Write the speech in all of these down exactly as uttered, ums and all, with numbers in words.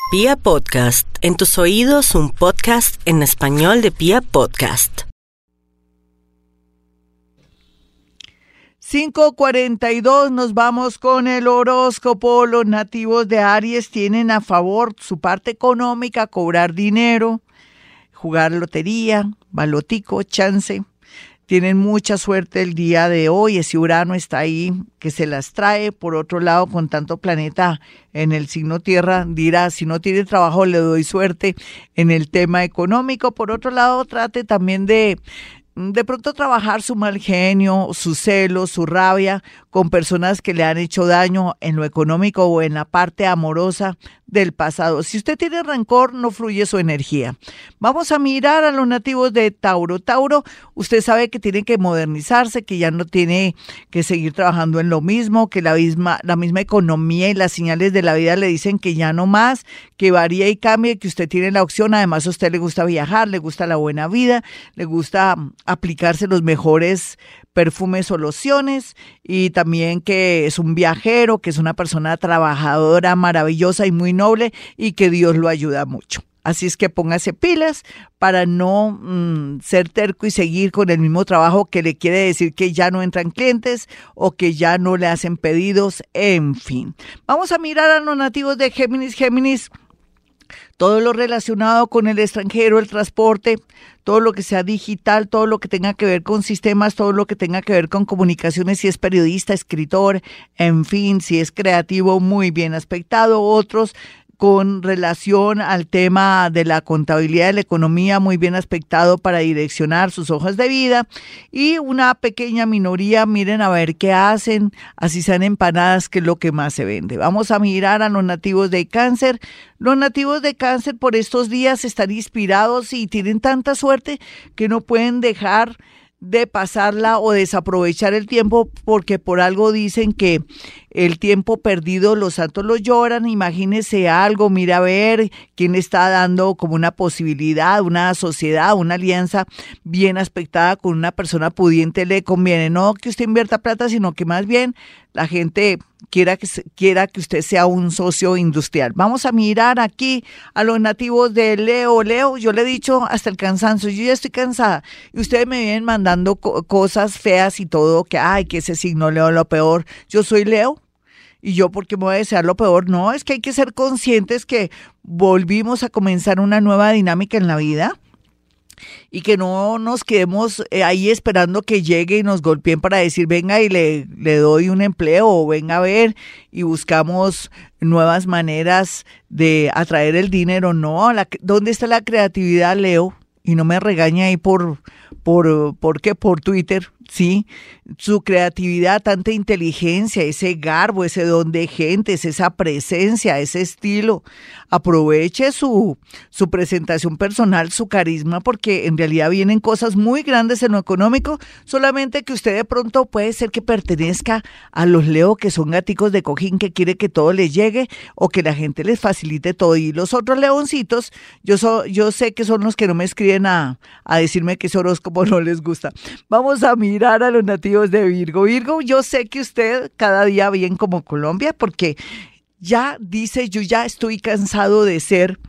Pia Podcast, en tus oídos un podcast en español de Pia Podcast. cinco cuarenta y dos, nos vamos con el horóscopo. Los nativos de Aries tienen a favor su parte económica, cobrar dinero, jugar lotería, balotico, chance. Tienen mucha suerte el día de hoy, ese Urano está ahí que se las trae. Por otro lado, con tanto planeta en el signo Tierra, dirá, si no tiene trabajo le doy suerte en el tema económico. Por otro lado, trate también de... de pronto trabajar su mal genio, su celo, su rabia con personas que le han hecho daño en lo económico o en la parte amorosa del pasado. Si usted tiene rencor, no fluye su energía. Vamos a mirar a los nativos de Tauro. Tauro, usted sabe que tiene que modernizarse, que ya no tiene que seguir trabajando en lo mismo, que la misma, la misma economía y las señales de la vida le dicen que ya no más, que varía y cambie, que usted tiene la opción. Además, a usted le gusta viajar, le gusta la buena vida, le gusta aplicarse los mejores perfumes o lociones, y también que es un viajero, que es una persona trabajadora, maravillosa y muy noble, y que Dios lo ayuda mucho. Así es que póngase pilas para no mmm, ser terco y seguir con el mismo trabajo que le quiere decir que ya no entran clientes o que ya no le hacen pedidos, en fin. Vamos a mirar a los nativos de Géminis. Géminis, todo lo relacionado con el extranjero, el transporte, todo lo que sea digital, todo lo que tenga que ver con sistemas, todo lo que tenga que ver con comunicaciones, si es periodista, escritor, en fin, si es creativo, muy bien aspectado. Otros con relación al tema de la contabilidad de la economía, muy bien aspectado para direccionar sus hojas de vida. Y una pequeña minoría, miren a ver qué hacen, así sean empanadas, que es lo que más se vende. Vamos a mirar a los nativos de Cáncer. Los nativos de Cáncer por estos días están inspirados y tienen tanta suerte que no pueden dejar de pasarla o desaprovechar el tiempo, porque por algo dicen que el tiempo perdido los santos lo lloran. Imagínese algo, mira a ver quién está dando como una posibilidad, una sociedad, una alianza bien aspectada con una persona pudiente, le conviene. No que usted invierta plata, sino que más bien la gente quiera que, quiera que usted sea un socio industrial. Vamos a mirar aquí a los nativos de Leo. Leo, yo le he dicho hasta el cansancio, yo ya estoy cansada y ustedes me vienen mandando co- cosas feas y todo, que ay, que ese signo Leo lo peor. Yo soy Leo. Y yo, ¿por qué me voy a desear lo peor? No, es que hay que ser conscientes que volvimos a comenzar una nueva dinámica en la vida y que no nos quedemos ahí esperando que llegue y nos golpeen para decir, venga y le, le doy un empleo, o venga a ver y buscamos nuevas maneras de atraer el dinero. No, la, ¿dónde está la creatividad, Leo? Y no me regañe ahí por, por, ¿por qué? Por Twitter, ¿sí? Su creatividad, tanta inteligencia, ese garbo, ese don de gentes, esa presencia, ese estilo. Aproveche su, su presentación personal, su carisma, porque en realidad vienen cosas muy grandes en lo económico, solamente que usted de pronto puede ser que pertenezca a los Leo, que son gaticos de cojín, que quiere que todo les llegue o que la gente les facilite todo. Y los otros leoncitos, yo, so, yo sé que son los que no me escriben a, a decirme que ese horóscopo no les gusta. Vamos a mirar a los nativos de Virgo. Virgo, yo sé que usted cada día bien como Colombia, porque ya dice, yo ya estoy cansado de ser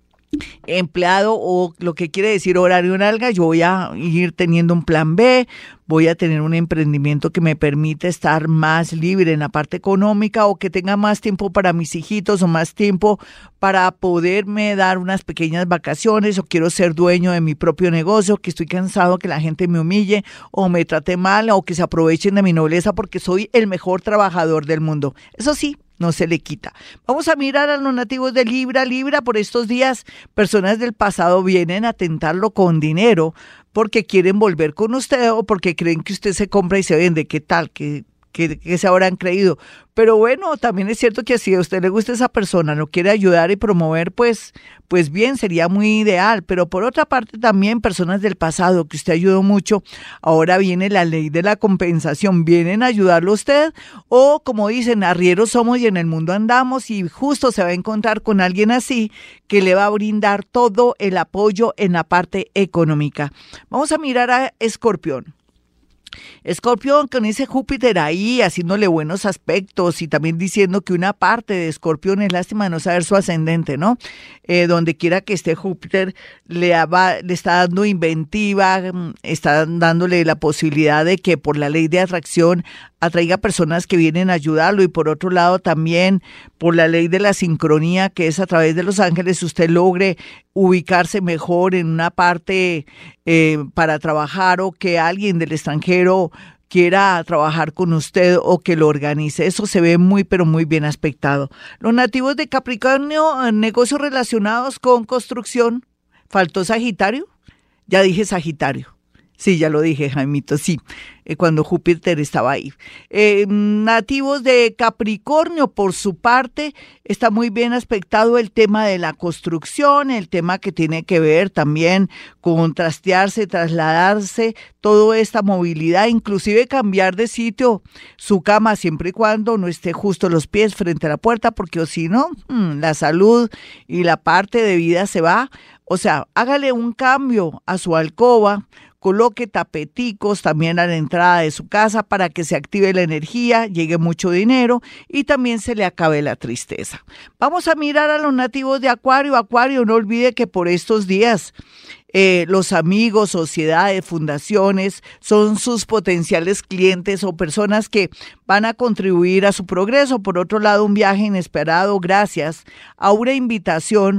empleado, o lo que quiere decir horario nalga. Yo voy a ir teniendo un plan B, voy a tener un emprendimiento que me permita estar más libre en la parte económica, o que tenga más tiempo para mis hijitos, o más tiempo para poderme dar unas pequeñas vacaciones, o quiero ser dueño de mi propio negocio, que estoy cansado que la gente me humille o me trate mal, o que se aprovechen de mi nobleza porque soy el mejor trabajador del mundo. Eso sí, no se le quita. Vamos a mirar a los nativos de Libra. Libra, por estos días, personas del pasado vienen a tentarlo con dinero porque quieren volver con usted o porque creen que usted se compra y se vende. ¿Qué tal? ¿Qué, qué, qué se habrán creído? Pero bueno, también es cierto que si a usted le gusta esa persona, lo quiere ayudar y promover, pues, pues bien, sería muy ideal. Pero por otra parte también personas del pasado que usted ayudó mucho, ahora viene la ley de la compensación, vienen a ayudarlo a usted, o como dicen, arrieros somos y en el mundo andamos, y justo se va a encontrar con alguien así que le va a brindar todo el apoyo en la parte económica. Vamos a mirar a Escorpión. Escorpión, con ese Júpiter ahí, haciéndole buenos aspectos y también diciendo que una parte de Escorpión es lástima de no saber su ascendente, ¿no? Eh, donde quiera que esté Júpiter, le, aba, le está dando inventiva, está dándole la posibilidad de que por la ley de atracción atraiga personas que vienen a ayudarlo y por otro lado también por la ley de la sincronía, que es a través de los ángeles, usted logre ubicarse mejor en una parte eh, para trabajar o que alguien del extranjero quiera trabajar con usted o que lo organice. Eso se ve muy, pero muy bien aspectado. Los nativos de Capricornio, negocios relacionados con construcción. ¿Faltó Sagitario? Ya dije Sagitario. Sí, ya lo dije, Jaimito, sí, eh, cuando Júpiter estaba ahí. Eh, nativos de Capricornio, por su parte, está muy bien aspectado el tema de la construcción, el tema que tiene que ver también con trastearse, trasladarse, toda esta movilidad, inclusive cambiar de sitio su cama siempre y cuando no esté justo los pies frente a la puerta, porque o si no, mmm, la salud y la parte de vida se va. O sea, hágale un cambio a su alcoba, coloque tapeticos también a la entrada de su casa para que se active la energía, llegue mucho dinero y también se le acabe la tristeza. Vamos a mirar a los nativos de Acuario. Acuario, no olvide que por estos días eh, los amigos, sociedades, fundaciones son sus potenciales clientes o personas que van a contribuir a su progreso. Por otro lado, un viaje inesperado gracias a una invitación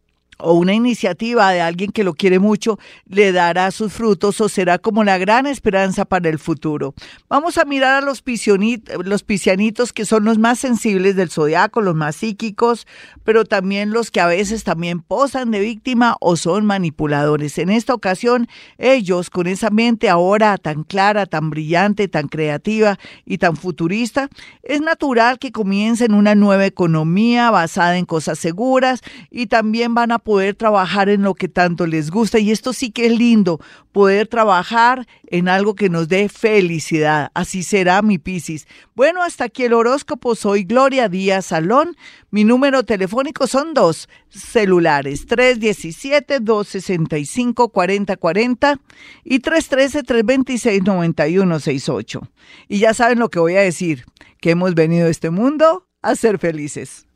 o una iniciativa de alguien que lo quiere mucho, le dará sus frutos o será como la gran esperanza para el futuro. Vamos a mirar a los, los piscianitos, que son los más sensibles del zodiaco, los más psíquicos, pero también los que a veces también posan de víctima o son manipuladores. En esta ocasión, ellos, con esa mente ahora tan clara, tan brillante, tan creativa y tan futurista, es natural que comiencen una nueva economía basada en cosas seguras y también van a poder trabajar en lo que tanto les gusta, y esto sí que es lindo, poder trabajar en algo que nos dé felicidad. Así será, mi Piscis. Bueno, hasta aquí el horóscopo. Soy Gloria Díaz Salón. Mi número telefónico son dos celulares, tres uno siete, dos seis cinco, cuatro cero cuatro cero y tres uno tres, tres dos seis, nueve uno seis ocho. Y ya saben lo que voy a decir, que hemos venido a este mundo a ser felices.